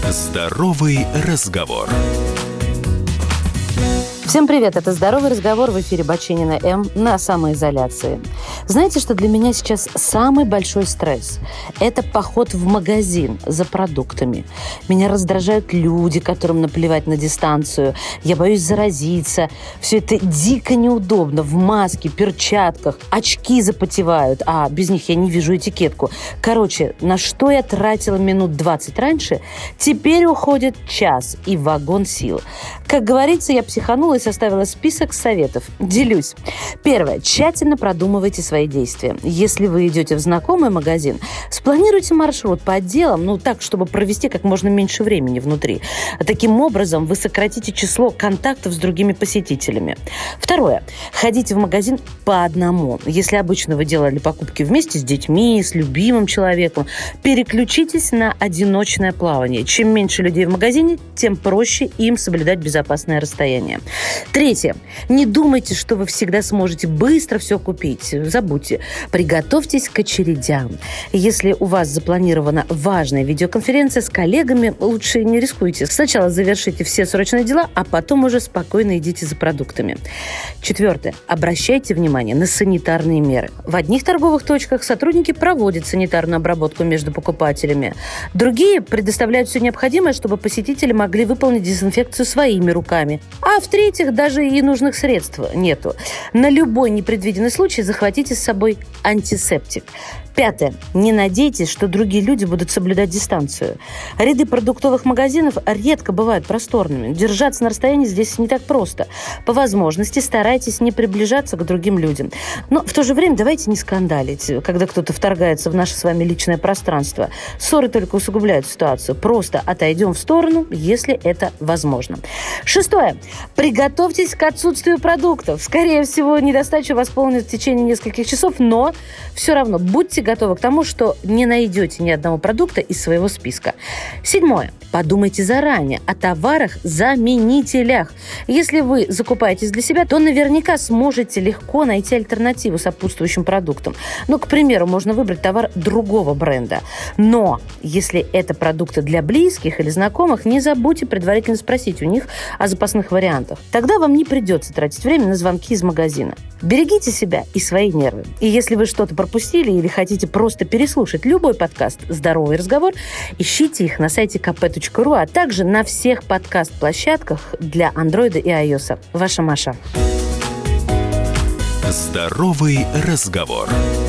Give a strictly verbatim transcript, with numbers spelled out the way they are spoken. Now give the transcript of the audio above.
Здоровый разговор. Всем привет, это «Здоровый разговор» в эфире Баченина М на самоизоляции. Знаете, что для меня сейчас самый большой стресс? Это поход в магазин за продуктами. Меня раздражают люди, которым наплевать на дистанцию. Я боюсь заразиться. Все это дико неудобно. В маске, перчатках. Очки запотевают, а без них я не вижу этикетку. Короче, на что я тратила минут двадцать раньше, теперь уходит час и вагон сил. Как говорится, я психанула и составила список советов. Делюсь. Первое. Тщательно продумывайте свои действия. Если вы идете в знакомый магазин, спланируйте маршрут по отделам, ну так, чтобы провести как можно меньше времени внутри. Таким образом, вы сократите число контактов с другими посетителями. Второе. Ходите в магазин по одному. Если обычно вы делали покупки вместе с детьми, с любимым человеком, переключитесь на одиночное плавание. Чем меньше людей в магазине, тем проще им соблюдать безопасное расстояние. Третье. Не думайте, что вы всегда сможете быстро все купить. Забудьте. Приготовьтесь к очередям. Если у вас запланирована важная видеоконференция с коллегами, лучше не рискуйте. Сначала завершите все срочные дела, а потом уже спокойно идите за продуктами. Четвертое. Обращайте внимание на санитарные меры. В одних торговых точках сотрудники проводят санитарную обработку между покупателями. Другие предоставляют все необходимое, чтобы посетители могли выполнить дезинфекцию своими руками. А в-третьих, даже и нужных средств нету. На любой непредвиденный случай захватите с собой антисептик. Пятое. Не надейтесь, что другие люди будут соблюдать дистанцию. Ряды продуктовых магазинов редко бывают просторными. Держаться на расстоянии здесь не так просто. По возможности старайтесь не приближаться к другим людям. Но в то же время давайте не скандалить, когда кто-то вторгается в наше с вами личное пространство. Ссоры только усугубляют ситуацию. Просто отойдем в сторону, если это возможно. Шестое. Приготовьтесь к отсутствию продуктов. Скорее всего, недостачу восполнит в течение нескольких часов, но все равно будьте готовы к тому, что не найдете ни одного продукта из своего списка. Седьмое. Подумайте заранее о товарах-заменителях. Если вы закупаетесь для себя, то наверняка сможете легко найти альтернативу сопутствующим продуктам. Ну, к примеру, можно выбрать товар другого бренда. Но если это продукты для близких или знакомых, не забудьте предварительно спросить у них о запасных вариантах. Тогда вам не придется тратить время на звонки из магазина. Берегите себя и свои нервы. И если вы что-то пропустили или хотите просто переслушать любой подкаст «Здоровый разговор», ищите их на сайте ка пэ точка ру, а также на всех подкаст-площадках для андроида и айоса. Ваша Маша. Здоровый разговор.